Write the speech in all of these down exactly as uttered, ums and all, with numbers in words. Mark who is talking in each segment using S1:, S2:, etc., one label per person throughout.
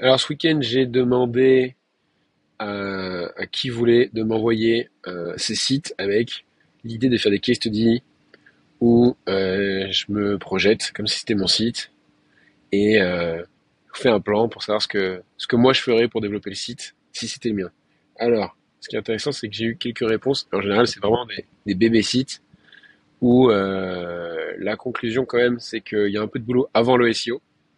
S1: Alors ce week-end, j'ai demandé à, à qui voulait de m'envoyer euh, ces sites avec l'idée de faire des case studies où euh, je me projette comme si c'était mon site et euh, je fais un plan pour savoir ce que, ce que moi je ferais pour développer le site si c'était le mien. Alors, ce qui est intéressant, c'est que j'ai eu quelques réponses. En général, c'est vraiment des, des bébés sites où euh, la conclusion quand même, c'est qu'il y a un peu de boulot avant le S E O.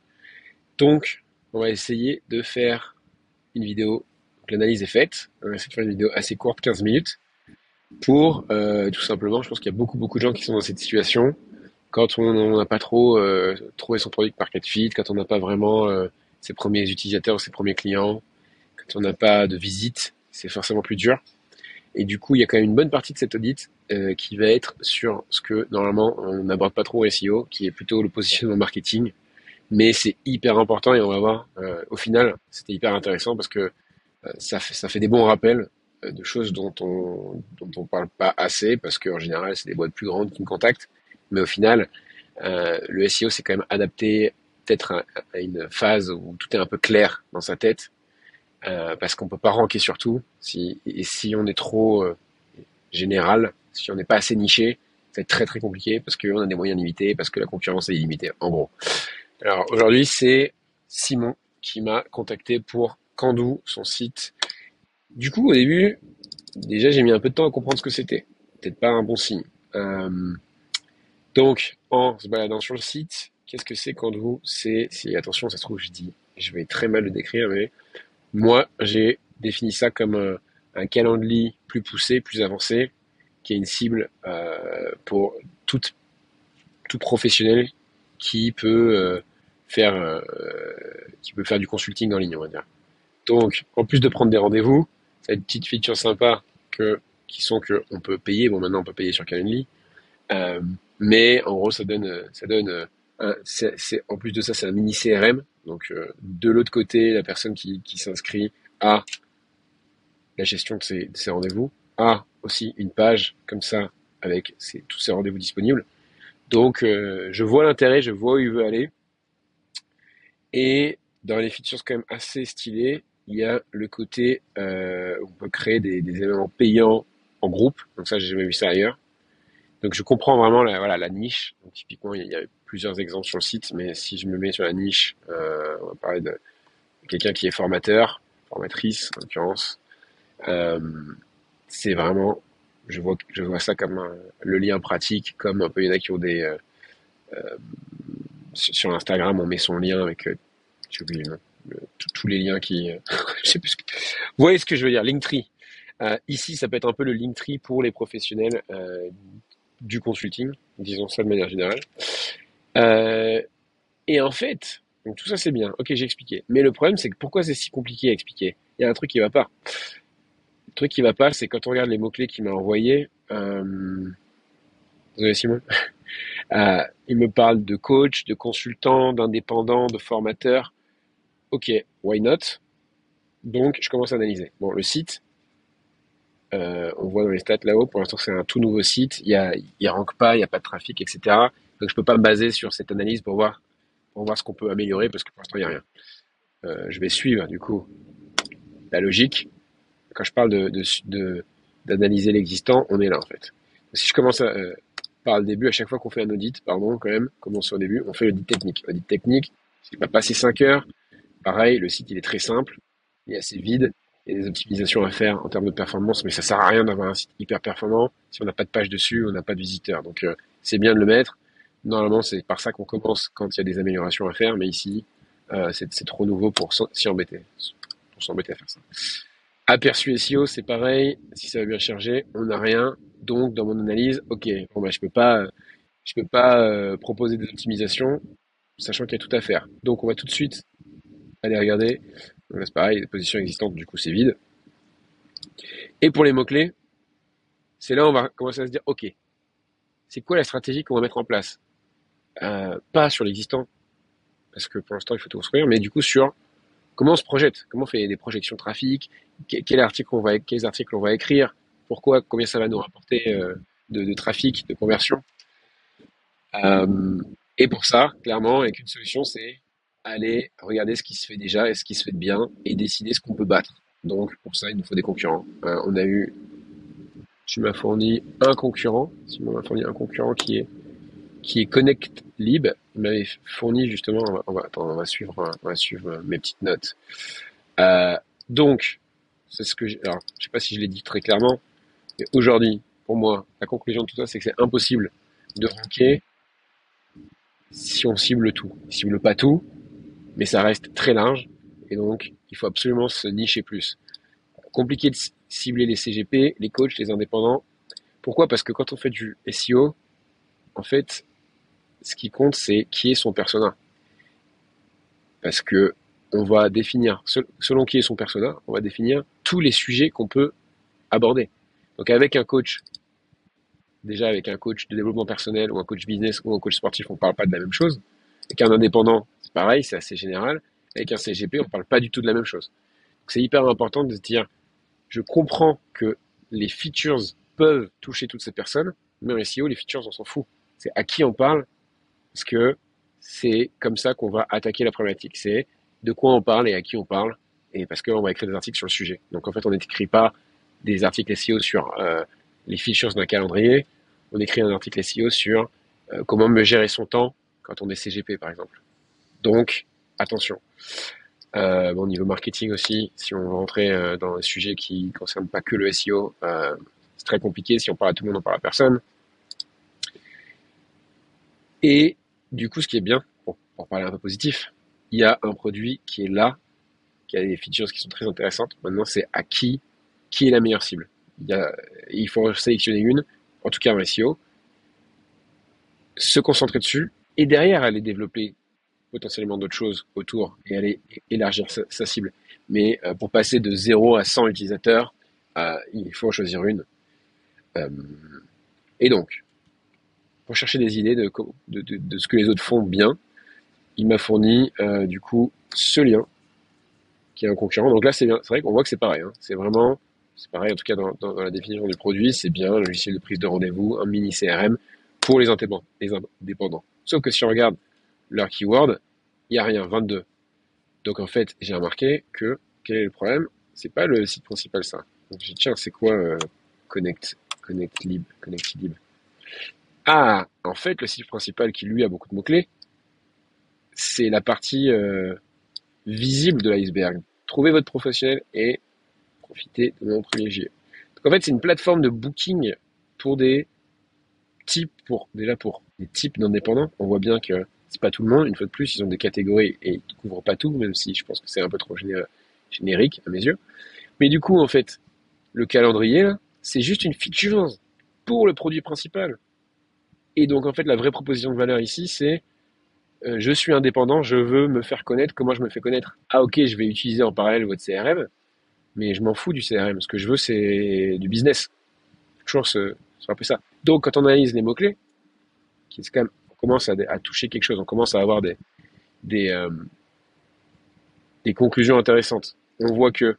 S1: Donc, on va essayer de faire une vidéo. Donc, l'analyse est faite. On va essayer de faire une vidéo assez courte, quinze minutes, pour euh, tout simplement, je pense qu'il y a beaucoup beaucoup de gens qui sont dans cette situation quand on n'a pas trop euh, trouvé son produit market fit, quand on n'a pas vraiment euh, ses premiers utilisateurs ou ses premiers clients, quand on n'a pas de visite, c'est forcément plus dur. Et du coup, il y a quand même une bonne partie de cet audit euh, qui va être sur ce que normalement on n'aborde pas trop au S E O, qui est plutôt le positionnement marketing. Mais c'est hyper important et on va voir. Euh, au final, c'était hyper intéressant parce que euh, ça fait, ça fait des bons rappels euh, de choses dont on dont on parle pas assez parce qu'en général, c'est des boîtes plus grandes qui me contactent. Mais au final, euh, le S E O, c'est quand même adapté peut-être à, à une phase où tout est un peu clair dans sa tête euh, parce qu'on peut pas ranker sur tout. Si, et si on est trop euh, général, si on n'est pas assez niché, ça va être très très compliqué parce qu'on a des moyens limités, parce que la concurrence est illimitée, en gros. Alors aujourd'hui, c'est Simon qui m'a contacté pour Kandou, son site. Du coup, au début, déjà, j'ai mis un peu de temps à comprendre ce que c'était. Peut-être pas un bon signe. Euh, donc, en se baladant sur le site, qu'est-ce que c'est Kandou? C'est, si attention, ça se trouve, je dis, je vais très mal le décrire, mais moi, j'ai défini ça comme un, un calendrier plus poussé, plus avancé, qui a une cible euh, pour tout, tout professionnel qui peut euh, faire euh, qui peut faire du consulting en ligne, on va dire. Donc, en plus de prendre des rendez-vous, ça a une petite feature sympa que qui sont que on peut payer. Bon, maintenant on peut payer sur Calendly, euh, mais en gros, ça donne ça donne euh, un, c'est, c'est en plus de ça, c'est un mini C R M. Donc, euh, de l'autre côté, la personne qui, qui s'inscrit a la gestion de ses, de ses rendez-vous, a aussi une page comme ça avec ses, tous ses rendez-vous disponibles. Donc, euh, je vois l'intérêt, je vois où il veut aller. Et dans les features quand même assez stylées, il y a le côté euh, où on peut créer des, des éléments payants en groupe. Donc ça, j'ai jamais vu ça ailleurs. Donc je comprends vraiment la, voilà, la niche. Donc, typiquement, il y, a, il y a plusieurs exemples sur le site, mais si je me mets sur la niche, euh, on va parler de quelqu'un qui est formateur, formatrice en l'occurrence. Euh, c'est vraiment, je vois, je vois ça comme un, le lien pratique, comme un peu il y en a qui ont des euh, sur Instagram, on met son lien avec euh, j'ai oublié le nom. Le- tous tous les liens qui, euh, je sais plus ce que, vous voyez ce que je veux dire, Linktree. Euh, ici, ça peut être un peu le Linktree pour les professionnels euh, du consulting, disons ça de manière générale. Euh, et en fait, donc tout ça c'est bien, ok j'ai expliqué. Mais le problème c'est que pourquoi c'est si compliqué à expliquer? Il y a un truc qui va pas. Le truc qui va pas, c'est quand on regarde les mots-clés qu'il m'a envoyés, euh, désolé Simon, euh, il me parle de coach, de consultant, d'indépendant, de formateur. Ok, why not? Donc je commence à analyser. Bon, le site, Euh, on voit dans les stats là-haut, pour l'instant c'est un tout nouveau site, il y a, il rank pas, il n'y a pas de trafic, et cetera. Donc je peux pas me baser sur cette analyse pour voir, pour voir ce qu'on peut améliorer parce que pour l'instant il n'y a rien. Euh, je vais suivre du coup la logique. Quand je parle de, de, de- d'analyser l'existant, on est là en fait. Si je commence à, euh, par le début, à chaque fois qu'on fait un audit, pardon quand même, commençons au début, on fait l'audit technique. Audit technique, il va passer cinq heures. Pareil, le site il est très simple, il est assez vide. Il y a des optimisations à faire en termes de performance, mais ça sert à rien d'avoir un site hyper performant si on n'a pas de page dessus, on n'a pas de visiteurs. Donc euh, c'est bien de le mettre. Normalement, c'est par ça qu'on commence quand il y a des améliorations à faire, mais ici, euh, c'est, c'est trop nouveau pour s'y embêter, pour s'embêter à faire ça. Aperçu S E O, c'est pareil. Si ça va bien charger, on n'a rien. Donc dans mon analyse, ok, bon bah je peux pas, je peux pas euh, proposer des optimisations, sachant qu'il y a tout à faire. Donc on va tout de suite aller regarder. Donc là, c'est pareil, les positions existantes, du coup, c'est vide. Et pour les mots-clés, c'est là où on va commencer à se dire, OK, c'est quoi la stratégie qu'on va mettre en place? Euh, pas sur l'existant, parce que pour l'instant, il faut tout construire, mais du coup, sur comment on se projette, comment on fait des projections de trafic, quel article on va, quels articles on va écrire, pourquoi, combien ça va nous rapporter euh, de, de trafic, de conversion. Euh, et pour ça, clairement, avec une solution, c'est aller regarder ce qui se fait déjà et ce qui se fait de bien et décider ce qu'on peut battre. Donc pour ça, il nous faut des concurrents. Euh, on a eu, tu m'as fourni un concurrent, Simon m'a fourni un concurrent qui est qui est ConnectLib. Il m'avait fourni justement, on va, on va, attends, on va suivre, on va suivre mes petites notes. Euh, donc, c'est ce que j'ai, alors, je sais pas si je l'ai dit très clairement, mais aujourd'hui, pour moi, la conclusion de tout ça, c'est que c'est impossible de ranker si on cible tout. On cible pas tout, mais ça reste très large, et donc, il faut absolument se nicher plus. Compliqué de cibler les C G P, les coachs, les indépendants. Pourquoi? Parce que quand on fait du S E O, en fait, ce qui compte, c'est qui est son persona. Parce que on va définir, selon qui est son persona, on va définir tous les sujets qu'on peut aborder. Donc avec un coach, déjà avec un coach de développement personnel ou un coach business ou un coach sportif, on parle pas de la même chose. Avec un indépendant, c'est pareil, c'est assez général. Avec un C G P, on parle pas du tout de la même chose. Donc c'est hyper important de se dire, je comprends que les features peuvent toucher toutes ces personnes, mais en S E O, les features, on s'en fout. C'est à qui on parle, parce que c'est comme ça qu'on va attaquer la problématique. C'est de quoi on parle et à qui on parle, et parce qu'on va écrire des articles sur le sujet. Donc en fait, on n'écrit pas des articles S E O sur euh, les features d'un calendrier, on écrit un article S E O sur euh, comment me gérer son temps quand on est C G P par exemple. Donc attention. Euh, bon, au niveau marketing aussi, si on veut rentrer euh, dans un sujet qui ne concerne pas que le S E O, euh, c'est très compliqué. Si on parle à tout le monde, on parle à personne. Et du coup, ce qui est bien, pour, pour parler un peu positif, il y a un produit qui est là, qui a des features qui sont très intéressantes. Maintenant, c'est à qui, qui est la meilleure cible. Il, y a, il faut sélectionner une, en tout cas en S E O, se concentrer dessus, et derrière aller développer potentiellement d'autres choses autour et aller élargir sa, sa cible. Mais euh, pour passer de zéro à cent utilisateurs, euh, il faut en choisir une. Euh, et donc, pour chercher des idées de, de, de, de ce que les autres font bien, il m'a fourni euh, du coup ce lien qui est un concurrent. Donc là, c'est bien. C'est vrai qu'on voit que c'est pareil. Hein. C'est vraiment, c'est pareil en tout cas dans, dans, dans la définition du produit, c'est bien un logiciel de prise de rendez-vous, un mini C R M pour les indépendants. Les indépendants. Sauf que si on regarde leur keyword, il n'y a rien, vingt-deux. Donc en fait, j'ai remarqué que quel est le problème? C'est pas le site principal, ça. Donc j'ai dit tiens, c'est quoi euh, Connect, ConnectLib, ConnectLib? Ah, en fait, le site principal qui lui a beaucoup de mots-clés, c'est la partie euh, visible de l'iceberg. Trouvez votre professionnel et profitez de mon privilégié. Donc en fait, c'est une plateforme de booking pour des types, pour déjà pour des types d'indépendants. On voit bien que c'est pas tout le monde. Une fois de plus, ils ont des catégories et ils ne couvrent pas tout, même si je pense que c'est un peu trop géné- générique à mes yeux. Mais du coup, en fait, le calendrier, là, c'est juste une feature pour le produit principal. Et donc, en fait, la vraie proposition de valeur ici, c'est euh, je suis indépendant, je veux me faire connaître. Comment je me fais connaître? Ah, ok, je vais utiliser en parallèle votre C R M, mais je m'en fous du C R M. Ce que je veux, c'est du business. Toujours ce, c'est un peu ça. Donc, quand on analyse les mots-clés, qui est quand même, on commence à, à toucher quelque chose, on commence à avoir des, des, euh, des conclusions intéressantes. On voit que,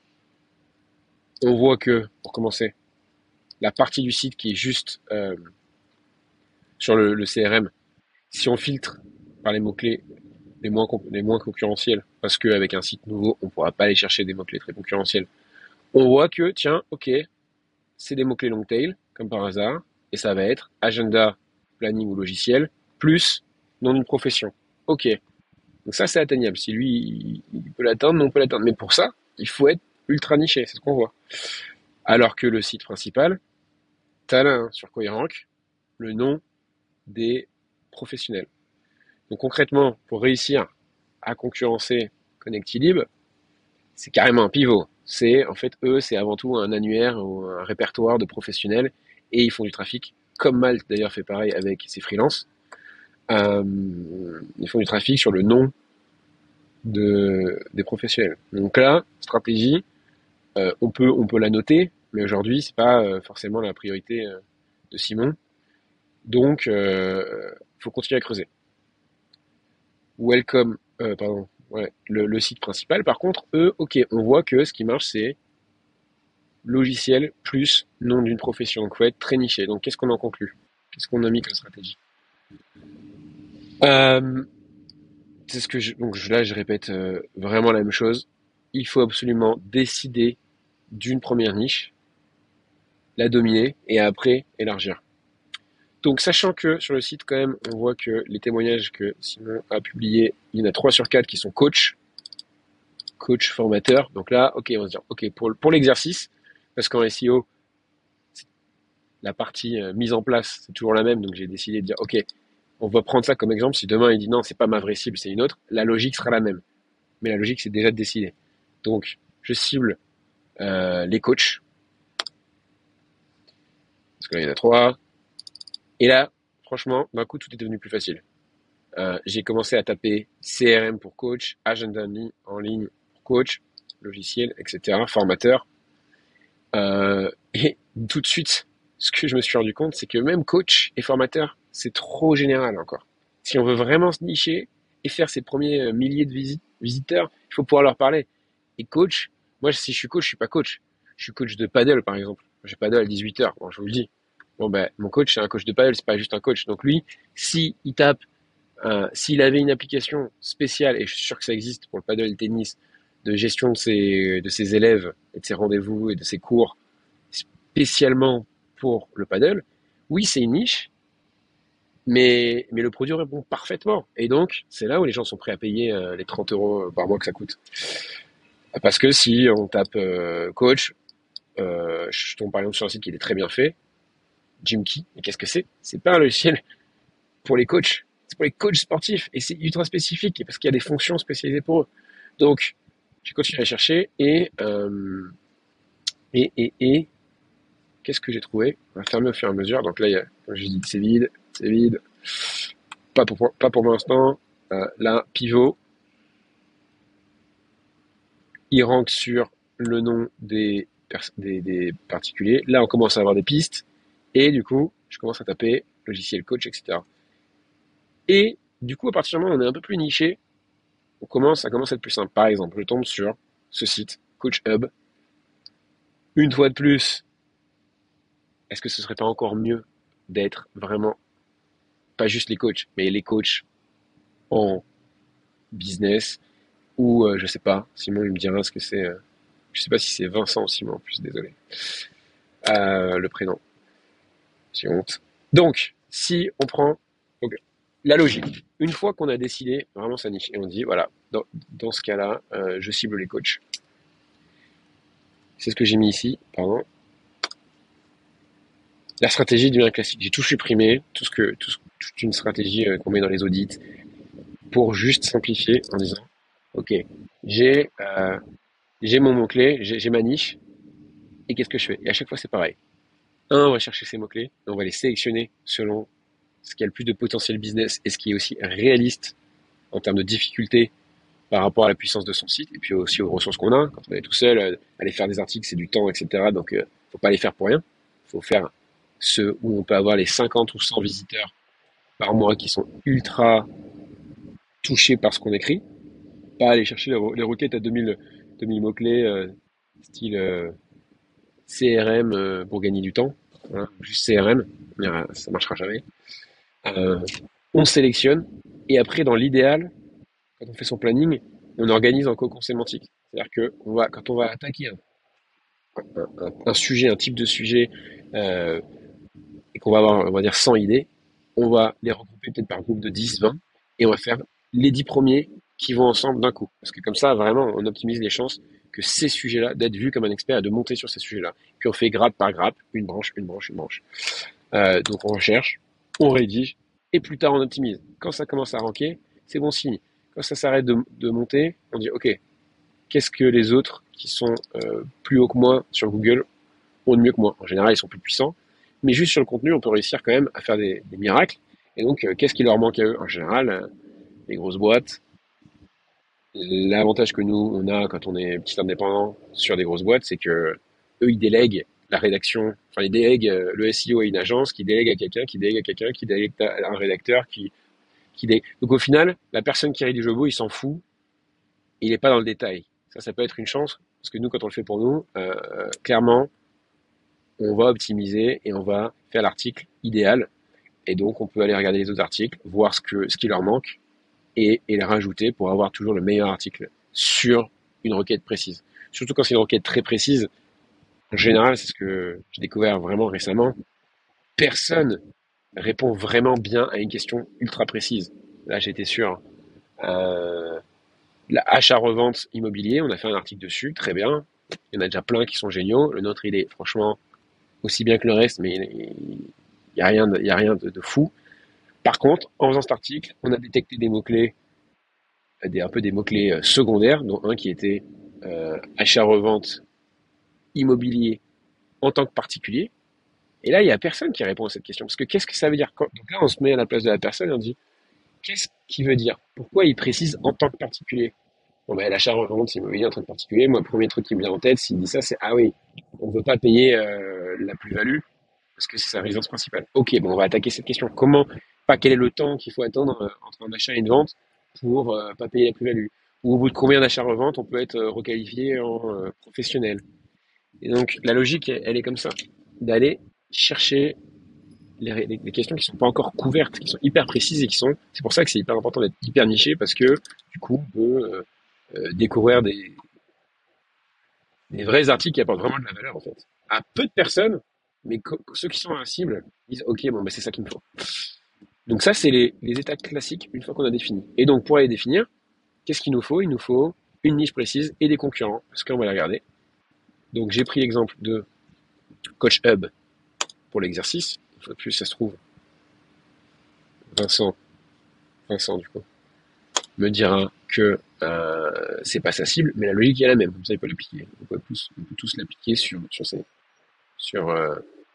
S1: on voit que, pour commencer, la partie du site qui est juste euh, sur le, le C R M, si on filtre par les mots-clés les moins, les moins concurrentiels, parce qu'avec un site nouveau, on ne pourra pas aller chercher des mots-clés très concurrentiels, on voit que, tiens, ok, c'est des mots-clés long tail, comme par hasard, et ça va être agenda, planning ou logiciel, plus nom d'une profession. Ok, donc ça c'est atteignable. Si lui, il, il peut l'atteindre, nous on peut l'atteindre. Mais pour ça, il faut être ultra niché, c'est ce qu'on voit. Alors que le site principal, t'as là, hein, sur quoi il rank, le nom des professionnels. Donc concrètement, pour réussir à concurrencer ConnectLib, c'est carrément un pivot. C'est, en fait, eux, c'est avant tout un annuaire ou un répertoire de professionnels et ils font du trafic, comme Malte d'ailleurs fait pareil avec ses freelances. Euh, ils font du trafic sur le nom de, des professionnels. Donc là, stratégie, euh, on peut, on peut la noter, mais aujourd'hui, c'est pas euh, forcément la priorité euh, de Simon. Donc, euh, faut continuer à creuser. Welcome, euh, pardon, ouais, le, le site principal. Par contre, eux, ok, on voit que ce qui marche, c'est logiciel plus nom d'une profession. Donc, il faut être très niché. Donc, qu'est-ce qu'on en conclut? Qu'est-ce qu'on a mis comme stratégie? euh, c'est ce que je, donc je- là, je répète euh, vraiment la même chose. Il faut absolument décider d'une première niche, la dominer et après élargir. Donc, sachant que sur le site, quand même, on voit que les témoignages que Simon a publiés, il y en a trois sur quatre qui sont coach, coach formateur. Donc là, ok, on va se dire, ok, pour, pour l'exercice, parce qu'en S E O, la partie euh, mise en place, c'est toujours la même. Donc, j'ai décidé de dire, ok, on va prendre ça comme exemple. Si demain il dit non, c'est pas ma vraie cible, c'est une autre, la logique sera la même. Mais la logique, c'est déjà de décider. Donc, je cible euh, les coachs, parce que là, il y en a trois. Et là, franchement, d'un coup, tout est devenu plus facile. Euh, j'ai commencé à taper C R M pour coach, agenda en ligne pour coach, logiciel, et cetera, formateur. Euh, et tout de suite, ce que je me suis rendu compte, c'est que même coach et formateur, c'est trop général encore. Si on veut vraiment se nicher et faire ses premiers euh, milliers de visites, visiteurs, il faut pouvoir leur parler. Et coach, moi, si je suis coach, je suis pas coach. Je suis coach de paddle, par exemple. J'ai paddle à dix-huit heures. Bon, je vous le dis. Bon, ben, mon coach, c'est un coach de paddle, c'est pas juste un coach. Donc lui, si il tape euh, s'il avait une application spéciale, et je suis sûr que ça existe pour le paddle et le tennis, de gestion de ses, de ses élèves et de ses rendez-vous et de ses cours, spécialement pour le paddle, oui, c'est une niche, mais, mais le produit répond parfaitement. Et donc, c'est là où les gens sont prêts à payer euh, les trente euros par mois que ça coûte. Parce que si on tape euh, coach, euh, je tombe par exemple sur un site qui est très bien fait, Gymkey, et qu'est-ce que c'est? C'est pas un logiciel pour les coachs, c'est pour les coachs sportifs, et c'est ultra spécifique, parce qu'il y a des fonctions spécialisées pour eux. Donc, j'ai continué à chercher, et, euh, et, et, et, qu'est-ce que j'ai trouvé? On va fermer au fur et à mesure, donc là, il y a, comme je dis, c'est vide, c'est vide, pas pour, pas pour l'instant, euh, là, pivot, il rank sur le nom des, des, des particuliers, là, on commence à avoir des pistes, et du coup, je commence à taper logiciel coach, et cetera. Et du coup, à partir du moment où on est un peu plus niché, on commence, ça commence à être plus simple. Par exemple, je tombe sur ce site, Coach Hub. Une fois de plus, est-ce que ce serait pas encore mieux d'être vraiment, pas juste les coachs, mais les coachs en business, ou euh, je sais pas, Simon il me dira ce que c'est, euh, je sais pas si c'est Vincent ou Simon en plus, désolé, euh, le prénom, j'ai honte. Donc, si on prend donc, la logique, une fois qu'on a décidé vraiment sa niche, et on dit, voilà, dans, dans ce cas-là, euh, je cible les coachs. C'est ce que j'ai mis ici, pardon. La stratégie devient classique. J'ai tout supprimé, tout ce que, tout, toute une stratégie euh, qu'on met dans les audits, pour juste simplifier en disant, ok, j'ai euh, j'ai mon mot-clé, j'ai j'ai ma niche, et qu'est-ce que je fais? Et à chaque fois, c'est pareil. Un, on va chercher ces mots-clés, on va les sélectionner selon ce qui a le plus de potentiel business et ce qui est aussi réaliste en termes de difficulté par rapport à la puissance de son site, et puis aussi aux ressources qu'on a. Quand on est tout seul, euh, aller faire des articles, c'est du temps, et cetera. Donc, euh, faut pas les faire pour rien. Faut faire ceux où on peut avoir les cinquante ou cent visiteurs par mois qui sont ultra touchés par ce qu'on écrit. Pas aller chercher les, re- les requêtes à deux mille, deux mille mots-clés, euh, style euh, C R M euh, pour gagner du temps. Voilà, juste C R M, euh, ça marchera jamais. Euh, on sélectionne, et après, dans l'idéal, quand on fait son planning, on organise en cocon sémantique. C'est-à-dire que on va, quand on va attaquer un, un- un- un sujet, un type de sujet, euh, et qu'on va avoir, on va dire, cent idées, on va les regrouper peut-être par groupe de dix, vingt, et on va faire les dix premiers qui vont ensemble d'un coup. Parce que comme ça, vraiment, on optimise les chances que ces sujets-là, d'être vu comme un expert et de monter sur ces sujets-là. Puis on fait grappe par grappe, une branche, une branche, une branche. Euh, donc on recherche, on rédige, et plus tard on optimise. Quand ça commence à ranker, c'est bon signe. Quand ça s'arrête de, de monter, on dit ok, qu'est-ce que les autres qui sont euh, plus haut que moi sur Google ont de mieux que moi? En général, ils sont plus puissants, mais juste sur le contenu, on peut réussir quand même à faire des, des miracles. Et donc, euh, qu'est-ce qui leur manque à eux? En général, euh, les grosses boîtes. L'avantage que nous, on a quand on est petit indépendant sur des grosses boîtes, c'est que eux, ils délèguent la rédaction, enfin, ils délèguent euh, le S E O à une agence, qui délègue à quelqu'un, qui délègue à quelqu'un, qui délègue à un rédacteur, qui, qui délègue. Donc, au final, la personne qui rédige le beau, il s'en fout, il n'est pas dans le détail. Ça, ça peut être une chance, parce que nous, quand on le fait pour nous, euh, clairement, on va optimiser et on va faire l'article idéal. Et donc, on peut aller regarder les autres articles, voir ce que, ce qui leur manque, et, et les rajouter pour avoir toujours le meilleur article sur une requête précise. Surtout quand c'est une requête très précise, en général, c'est ce que j'ai découvert vraiment récemment, personne répond vraiment bien à une question ultra précise. Là, j'étais sûr. Euh, la achat-revente immobilier, on a fait un article dessus, très bien. Il y en a déjà plein qui sont géniaux. Le nôtre, il est franchement aussi bien que le reste, mais il n'y a rien, de, il y a rien de, de fou. Par contre, en faisant cet article, on a détecté des mots-clés, des, un peu des mots-clés euh, secondaires, dont un qui était euh, achat-revente immobilier en tant que particulier. Et là, il n'y a personne qui répond à cette question. Parce que qu'est-ce que ça veut dire? Quand- Donc là, on se met à la place de la personne et on dit, qu'est-ce qu'il veut dire? Pourquoi il précise en tant que particulier? Bon, ben, l'achat-revente immobilier en tant que particulier, moi, le premier truc qui me vient en tête, s'il dit ça, c'est, ah oui, on ne veut pas payer euh, la plus-value parce que c'est sa résidence principale. Ok, bon, on va attaquer cette question. Comment, pas quel est le temps qu'il faut attendre euh, entre un achat et une vente pour euh, pas payer la plus-value? Ou au bout de combien d'achats-reventes on peut être euh, requalifié en euh, professionnel? Et donc, la logique, elle, elle est comme ça, d'aller chercher les, les- les questions qui sont pas encore couvertes, qui sont hyper précises et qui sont. C'est pour ça que c'est hyper important d'être hyper niché parce que du coup, on peut euh, euh, découvrir des, des vrais articles qui apportent vraiment de la valeur en fait. À peu de personnes, mais co- ceux qui sont à la cible disent ok, bon, bah, c'est ça qu'il me faut. Donc ça, c'est les, les étapes classiques une fois qu'on a défini. Et donc pour les définir, qu'est-ce qu'il nous faut? Il nous faut une niche précise et des concurrents, parce qu'on va les regarder. Donc j'ai pris l'exemple de Coach Hub pour l'exercice. Une fois de plus, ça se trouve, Vincent, Vincent du coup, me dira que euh, c'est pas sa cible, mais la logique est la même. Comme ça, il peut l'appliquer. On peut tous, on peut tous l'appliquer sur sur ces sur euh,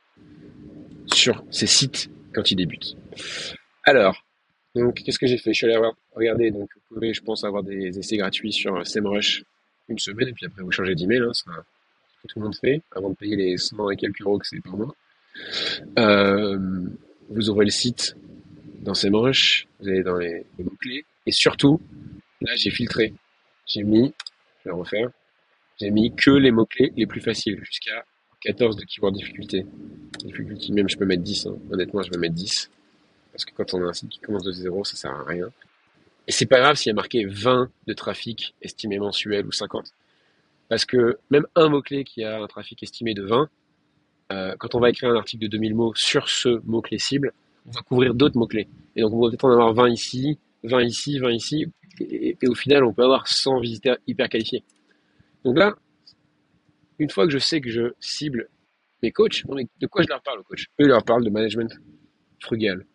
S1: sur ces sites quand ils débutent. Alors, donc qu'est-ce que j'ai fait? Je suis allé avoir- regarder. Donc, vous pouvez, je pense, avoir des essais gratuits sur SEMrush une semaine, et puis après vous changez d'email. Hein, ça, tout le monde fait avant de payer les cent et quelques euros que c'est par mois. Euh, vous ouvrez le site dans SEMrush, vous allez dans les, les mots-clés, et surtout, là, j'ai filtré. J'ai mis, je vais refaire, j'ai mis que les mots-clés les plus faciles, jusqu'à quatorze de keyword difficulté. Difficulté, même je peux mettre dix, hein. Honnêtement, je vais mettre dix. Parce que quand on a un site qui commence de zéro, ça sert à rien. Et c'est pas grave s'il y a marqué vingt de trafic estimé mensuel ou cinquante. Parce que même un mot-clé qui a un trafic estimé de vingt, euh, quand on va écrire un article de deux mille mots sur ce mot-clé cible, on va couvrir d'autres mots-clés. Et donc on va peut-être en avoir vingt ici, vingt ici, vingt ici, et, et au final on peut avoir cent visiteurs hyper qualifiés. Donc là, une fois que je sais que je cible mes coachs, de quoi je leur parle aux coachs? Eux, ils leur parlent de management frugal.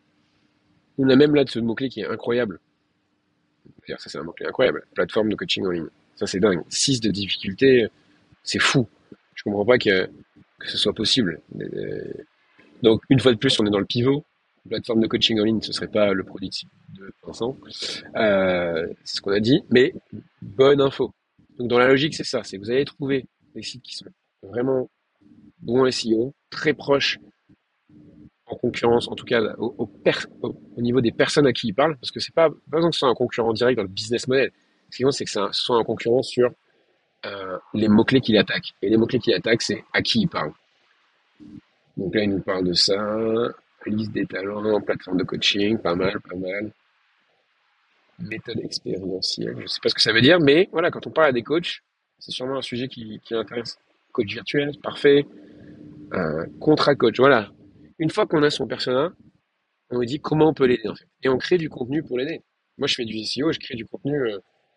S1: On a même là de ce mot-clé qui est incroyable. Ça, c'est un mot-clé incroyable. Plateforme de coaching en ligne. Ça, c'est dingue. six de difficulté, c'est fou. Je comprends pas que, que ce soit possible. Euh, Donc, une fois de plus, on est dans le pivot. Plateforme de coaching en ligne, ce serait pas le produit de Vincent. Euh, c'est ce qu'on a dit, mais bonne info. Donc, dans la logique, c'est ça. C'est que vous allez trouver des sites qui sont vraiment bons S E O, très proches en concurrence, en tout cas au, au, per, au, au niveau des personnes à qui ils parlent, parce que c'est pas, pas besoin que ce soit un concurrent direct dans le business model. Ce qui compte, c'est que ce soit un concurrent sur euh, les mots-clés qu'il attaque. Et les mots-clés qu'il attaque, c'est à qui il parle. Donc là, il nous parle de ça, liste des talents, plateforme de coaching, pas mal, pas mal. Méthode expérientielle, je sais pas ce que ça veut dire, mais voilà, quand on parle à des coachs, c'est sûrement un sujet qui, qui intéresse. Coach virtuel, parfait. Euh, contrat coach, voilà. Une fois qu'on a son persona, on nous dit comment on peut l'aider en fait. Et on crée du contenu pour l'aider. Moi je fais du S E O, je crée du contenu euh,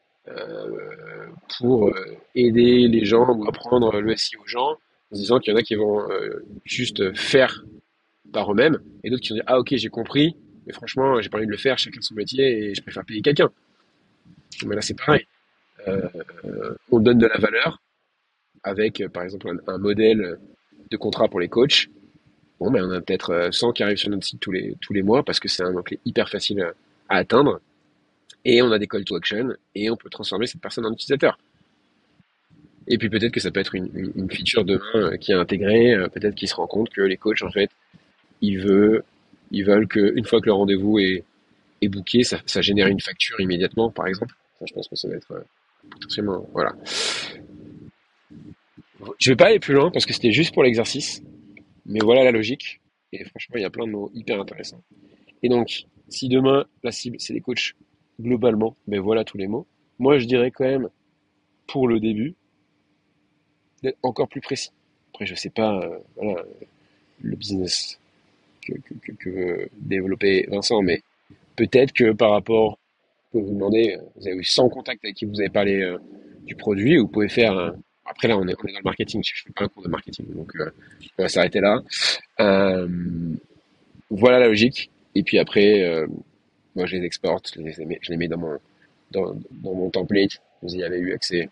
S1: euh, pour euh, aider les gens ou apprendre le S E O aux gens, en se disant qu'il y en a qui vont euh, juste faire par eux-mêmes, et d'autres qui vont dire ah ok j'ai compris, mais franchement j'ai pas envie de le faire, chacun son métier et je préfère payer quelqu'un. Mais là c'est pareil. Euh, on donne de la valeur avec euh, par exemple un, un modèle de contrat pour les coachs. Bon ben on a peut-être euh, cent qui arrivent sur notre site tous les tous les mois parce que c'est un mot-clé hyper facile à, à atteindre. Et on a des call to action, et on peut transformer cette personne en utilisateur. Et puis peut-être que ça peut être une, une, une feature demain euh, qui est intégrée, euh, peut-être qu'ils se rendent compte que les coachs, en fait, ils veulent, ils veulent qu'une fois que le rendez-vous est, est booké, ça, ça génère une facture immédiatement, par exemple. Ça, je pense que ça va être euh, potentiellement... Voilà. Je vais pas aller plus loin, parce que c'était juste pour l'exercice, mais voilà la logique. Et franchement, il y a plein de mots hyper intéressants. Et donc, si demain, la cible, c'est les coachs globalement, ben voilà tous les mots. Moi, je dirais quand même, pour le début, d'être encore plus précis. Après, je sais pas, euh, voilà, le business que, que, que, que veut développer Vincent, mais peut-être que par rapport, vous vous demandez, euh, vous avez eu cent contacts avec qui vous avez parlé euh, du produit, vous pouvez faire un... Après là, on est, on est dans le marketing, je ne fais pas un cours de marketing, donc euh, on va s'arrêter là. Euh, voilà la logique. Et puis après, euh, moi je les exporte, je les, mets, je les mets dans mon, dans, dans mon template, vous y avez eu accès.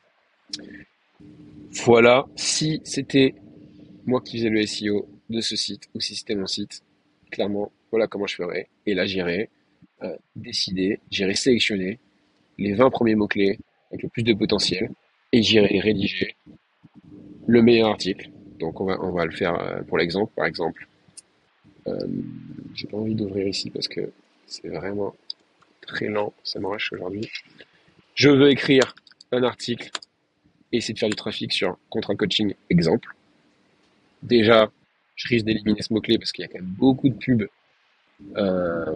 S1: Voilà, si c'était moi qui faisais le S E O de ce site, ou si c'était mon site, clairement, voilà comment je ferais. Et là, j'irais euh, décider, j'irais sélectionner les vingt premiers mots-clés avec le plus de potentiel, et j'irai rédiger le meilleur article. Donc on va, on va le faire euh, pour l'exemple. Par exemple, euh, j'ai pas envie d'ouvrir ici parce que c'est vraiment très lent, ça m'arrache aujourd'hui. Je veux écrire un article et essayer de faire du trafic sur contrat coaching exemple. Déjà, je risque d'éliminer ce mot-clé parce qu'il y a quand même beaucoup de pubs. Euh,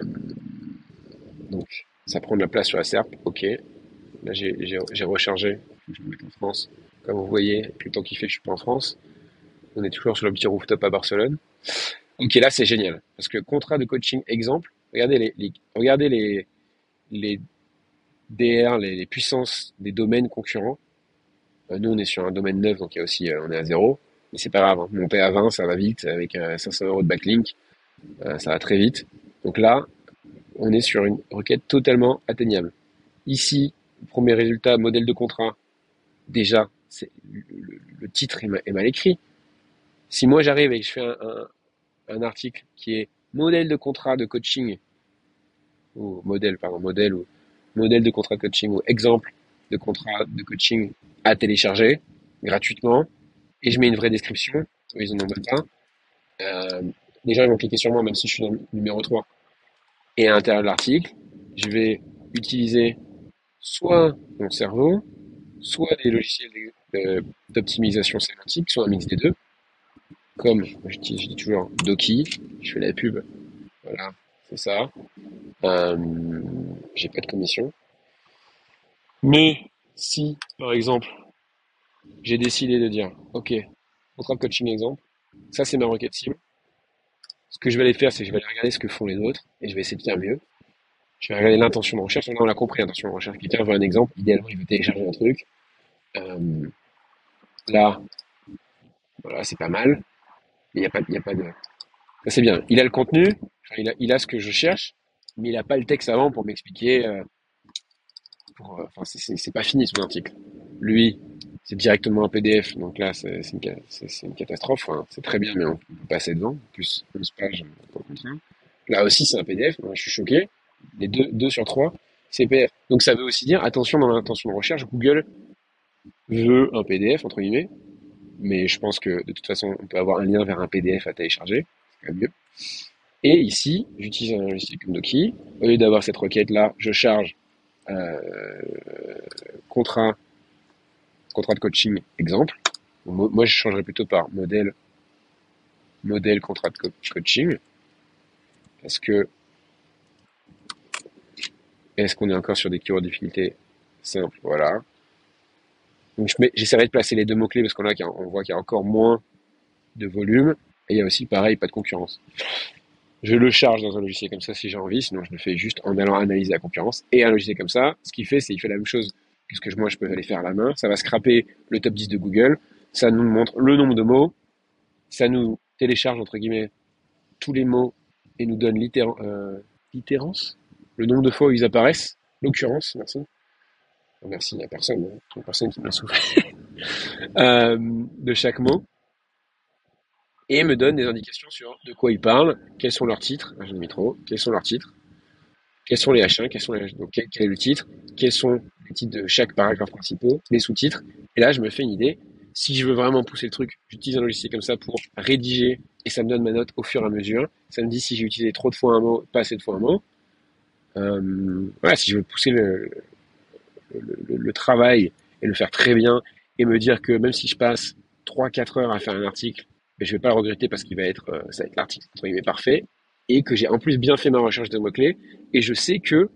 S1: donc ça prend de la place sur la S E R P, ok. Là j'ai, j'ai, j'ai rechargé, je vais le mettre en France. Comme vous voyez, avec le temps qu'il fait, je suis pas en France. On est toujours sur le petit rooftop à Barcelone. Ok, là c'est génial. Parce que contrat de coaching exemple, regardez les, les regardez les, les D R, les, les puissances des domaines concurrents. Euh, nous on est sur un domaine neuf, donc il y a aussi euh, on est à zéro. Mais c'est pas grave, hein. Monter à vingt, ça va vite, avec euh, cinq cents euros de backlink, euh, ça va très vite. Donc là, on est sur une requête totalement atteignable. Ici, premier résultat, modèle de contrat. Déjà, c'est, le, le- le titre est mal, est mal écrit. Si moi j'arrive et que je fais un, un, un article qui est modèle de contrat de coaching, ou modèle, pardon, modèle, ou modèle de contrat de coaching, ou exemple de contrat de coaching à télécharger gratuitement, et je mets une vraie description, ils en ont même pas, euh, les gens ils vont cliquer sur moi même si je suis dans le numéro trois. Et à l'intérieur de l'article, je vais utiliser soit mon cerveau, soit des logiciels de- d'optimisation sémantique, soit un mix des deux, comme je dis, je dis toujours Doki, je fais la pub, voilà, c'est ça. Euh, j'ai pas de commission. Mais si, par exemple, j'ai décidé de dire, ok, contrat de coaching exemple, ça c'est ma requête cible. Ce que je vais aller faire, c'est que je vais aller regarder ce que font les autres et je vais essayer de faire mieux. Je vais regarder l'intention de recherche. Là, on l'a compris, l'intention de recherche. Quelqu'un veut un exemple. Idéalement, il veut télécharger un truc. Euh, là, voilà, c'est pas mal. Mais il n'y a pas, il y a pas de. Ça, c'est bien. Il a le contenu. Enfin, il a, il a ce que je cherche, mais il a pas le texte avant pour m'expliquer. Euh, pour, euh, enfin, c'est c'est- c'est pas fini son article. Lui, c'est directement un P D F. Donc là, c'est c'est une, ca- c'est- c'est une catastrophe. Enfin, c'est très bien, mais on peut passer devant. Plus onze pages pour le contraire. Là aussi, c'est un P D F. Moi, je suis choqué. Les deux, deux sur trois, c'est P D F. Donc ça veut aussi dire, attention dans l'intention de recherche, Google veut un P D F, entre guillemets, mais je pense que de toute façon, on peut avoir un lien vers un P D F à télécharger, c'est quand même mieux. Et ici, j'utilise un logiciel comme Doki. Au lieu d'avoir cette requête-là, je charge euh, contrat, contrat de coaching exemple. Moi, je changerais plutôt par modèle, modèle contrat de co- coaching, parce que est-ce qu'on est encore sur des keywords d'utilité simples? Voilà. Donc je mets- j'essaierai de placer les deux mots-clés parce qu'on a, on voit qu'il y a encore moins de volume et il y a aussi pareil pas de concurrence. Je le charge dans un logiciel comme ça si j'ai envie, sinon je le fais juste en allant analyser la concurrence. Et un logiciel comme ça, ce qu'il fait, c'est qu'il fait la même chose que ce que moi je peux aller faire à la main. Ça va scraper le top dix de Google, ça nous montre le nombre de mots, ça nous télécharge entre guillemets tous les mots et nous donne littér euh, littérance, le nombre de fois où ils apparaissent, l'occurrence, merci. Merci, il n'y a personne, hein. Il y a personne qui m'a soufflé. Euh, de chaque mot. Et me donne des indications sur de quoi ils parlent, quels sont leurs titres, ah, j'en ai mis trop, quels sont leurs titres, quels sont les H un, quels sont les, donc quel, quel est le titre, quels sont les titres de chaque paragraphe principaux, les sous-titres. Et là, je me fais une idée. Si je veux vraiment pousser le truc, j'utilise un logiciel comme ça pour rédiger et ça me donne ma note au fur et à mesure. Ça me dit si j'ai utilisé trop de fois un mot, pas assez de fois un mot. Euh, voilà, si je veux pousser le, le, le, le travail et le faire très bien et me dire que même si je passe trois quatre heures à faire un article, mais je vais pas le regretter parce qu'il va être, euh, ça va être l'article entre guillemets parfait et que j'ai en plus bien fait ma recherche de mots-clés et je sais que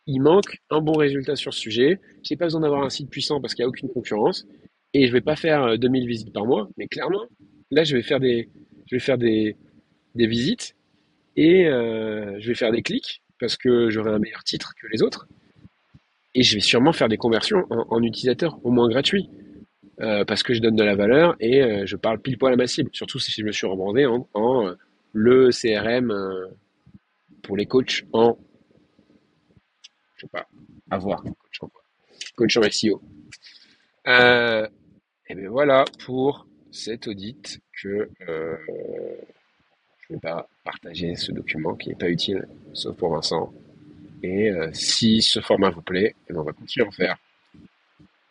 S1: il manque un bon résultat sur ce sujet. J'ai pas besoin d'avoir un site puissant parce qu'il n'y a aucune concurrence. Et je vais pas faire euh, deux mille visites par mois, mais clairement, là, je vais faire des, je vais faire des, des visites et euh, je vais faire des clics parce que j'aurai un meilleur titre que les autres. Et je vais sûrement faire des conversions en, en utilisateurs au moins gratuits euh, parce que je donne de la valeur et euh, je parle pile poil à ma cible. Surtout si je me suis rebrandé en, en euh, le C R M euh, pour les coachs en, je sais pas, à voir, coach en quoi, coach en S E O. Euh, et bien voilà pour cet audit que euh, je ne vais pas partager ce document qui n'est pas utile, sauf pour Vincent. Et euh, si ce format vous plaît, eh ben, on va continuer à en faire.